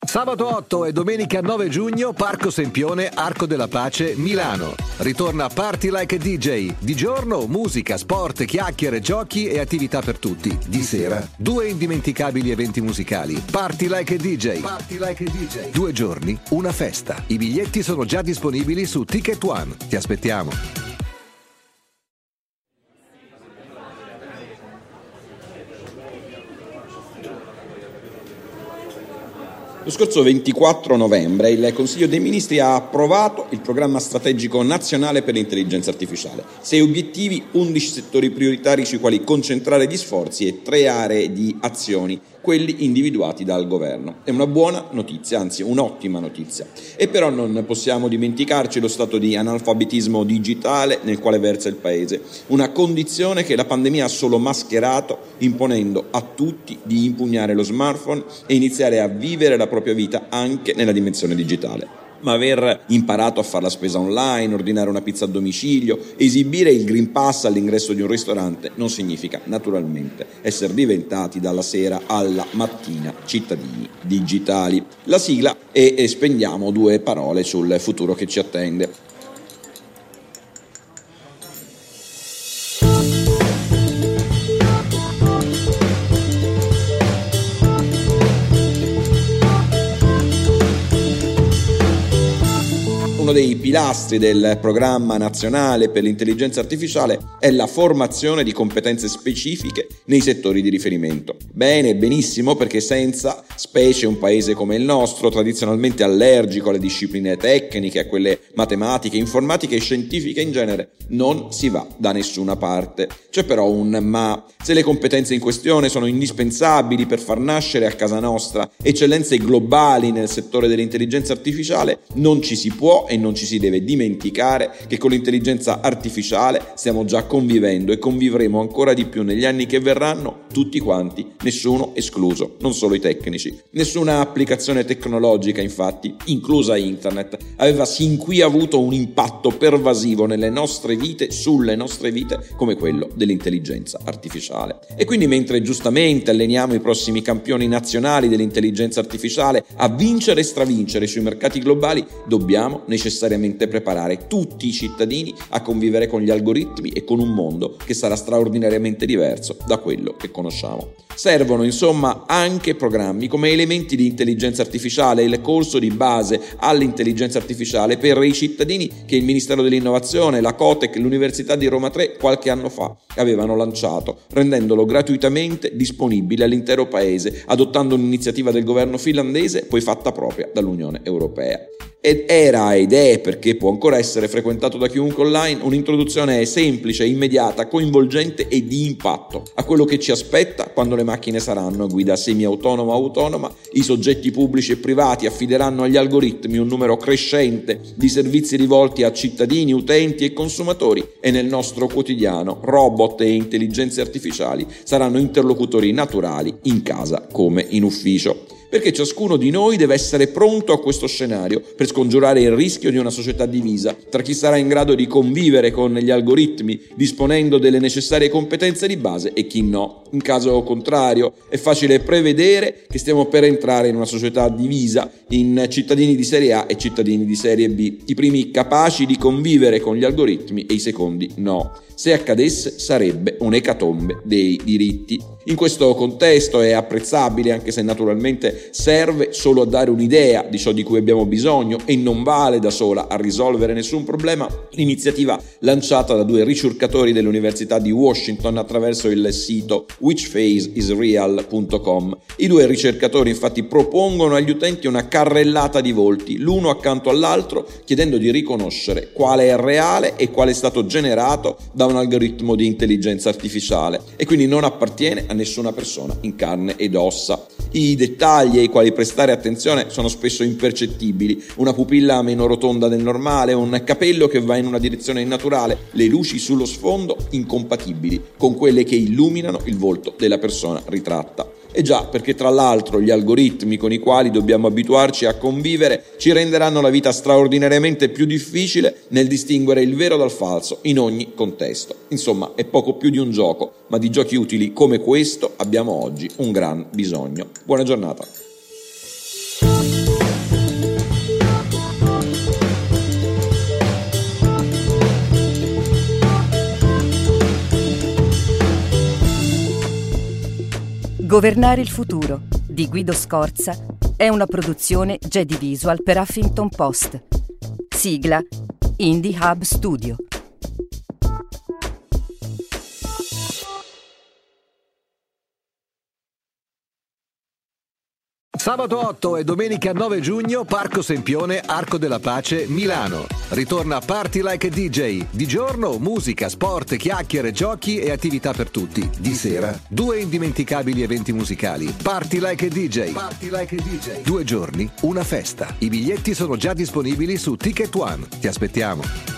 Sabato 8 e domenica 9 giugno, Parco Sempione, Arco della Pace, Milano. Ritorna Party Like a DJ. Di giorno, musica, sport, chiacchiere, giochi e attività per tutti. Di sera, 2 indimenticabili eventi musicali. Party Like a DJ. Party Like a DJ. 2 giorni, una festa. I biglietti sono già disponibili su Ticket One. Ti aspettiamo. Lo scorso 24 novembre il Consiglio dei Ministri ha approvato il programma strategico nazionale per l'intelligenza artificiale. 6 obiettivi, 11 settori prioritari sui quali concentrare gli sforzi e 3 aree di azioni, quelli individuati dal governo. È una buona notizia, anzi un'ottima notizia. E però non possiamo dimenticarci lo stato di analfabetismo digitale nel quale versa il Paese, una condizione che la pandemia ha solo mascherato, imponendo a tutti di impugnare lo smartphone e iniziare a vivere la propria vita anche nella dimensione digitale. Ma aver imparato a fare la spesa online, ordinare una pizza a domicilio, esibire il Green Pass all'ingresso di un ristorante non significa naturalmente essere diventati dalla sera alla mattina cittadini digitali. La sigla e spendiamo 2 parole sul futuro che ci attende. Uno dei pilastri del programma nazionale per l'intelligenza artificiale è la formazione di competenze specifiche nei settori di riferimento. Bene, benissimo, perché senza, specie un paese come il nostro, tradizionalmente allergico alle discipline tecniche, a quelle matematiche, informatiche e scientifiche in genere, non si va da nessuna parte. C'è però un ma. Se le competenze in questione sono indispensabili per far nascere a casa nostra eccellenze globali nel settore dell'intelligenza artificiale, non ci si può e non ci si deve dimenticare che con l'intelligenza artificiale stiamo già convivendo e convivremo ancora di più negli anni che verranno tutti quanti, nessuno escluso, non solo i tecnici. Nessuna applicazione tecnologica, infatti, inclusa internet, aveva sin qui avuto un impatto pervasivo nelle nostre vite, sulle nostre vite, come quello dell'intelligenza artificiale. E quindi mentre giustamente alleniamo i prossimi campioni nazionali dell'intelligenza artificiale a vincere e stravincere sui mercati globali, dobbiamo necessariamente preparare tutti i cittadini a convivere con gli algoritmi e con un mondo che sarà straordinariamente diverso da quello che conosciamo. Servono insomma anche programmi come elementi di intelligenza artificiale, il corso di base all'intelligenza artificiale per i cittadini che il Ministero dell'Innovazione, la Cotec e l'Università di Roma 3 qualche anno fa avevano lanciato, rendendolo gratuitamente disponibile all'intero paese, adottando un'iniziativa del governo finlandese poi fatta propria dall'Unione Europea. Ed era ed è, perché può ancora essere frequentato da chiunque online, un'introduzione semplice, immediata, coinvolgente e di impatto a quello che ci aspetta quando le macchine saranno a guida semi-autonoma o autonoma, i soggetti pubblici e privati affideranno agli algoritmi un numero crescente di servizi rivolti a cittadini, utenti e consumatori e nel nostro quotidiano robot e intelligenze artificiali saranno interlocutori naturali in casa come in ufficio. Perché ciascuno di noi deve essere pronto a questo scenario per scongiurare il rischio di una società divisa tra chi sarà in grado di convivere con gli algoritmi disponendo delle necessarie competenze di base e chi no. In caso contrario è facile prevedere che stiamo per entrare in una società divisa in cittadini di serie A e cittadini di serie B, i primi capaci di convivere con gli algoritmi e i secondi no. Se accadesse sarebbe un'ecatombe dei diritti. In questo contesto è apprezzabile, anche se naturalmente serve solo a dare un'idea di ciò di cui abbiamo bisogno e non vale da sola a risolvere nessun problema, l'iniziativa lanciata da 2 ricercatori dell'Università di Washington attraverso il sito whichfaceisreal.com. I 2 ricercatori infatti propongono agli utenti una carrellata di volti, l'uno accanto all'altro, chiedendo di riconoscere quale è reale e quale è stato generato da un algoritmo di intelligenza artificiale e quindi non appartiene a nessuna persona in carne ed ossa. I dettagli ai quali prestare attenzione sono spesso impercettibili: una pupilla meno rotonda del normale, un capello che va in una direzione innaturale, le luci sullo sfondo incompatibili con quelle che illuminano il volto della persona ritratta. E già, perché tra l'altro gli algoritmi con i quali dobbiamo abituarci a convivere ci renderanno la vita straordinariamente più difficile nel distinguere il vero dal falso in ogni contesto. Insomma, è poco più di un gioco, ma di giochi utili come questo abbiamo oggi un gran bisogno. Buona giornata. Governare il futuro di Guido Scorza è una produzione Jedi Visual per Huffington Post. Sigla Indie Hub Studio. Sabato 8 e domenica 9 giugno, Parco Sempione, Arco della Pace, Milano. Ritorna Party Like a DJ. Di giorno, musica, sport, chiacchiere, giochi e attività per tutti. Di sera, 2 indimenticabili eventi musicali. Party Like a DJ. Party Like a DJ. 2 giorni, una festa. I biglietti sono già disponibili su Ticket One. Ti aspettiamo.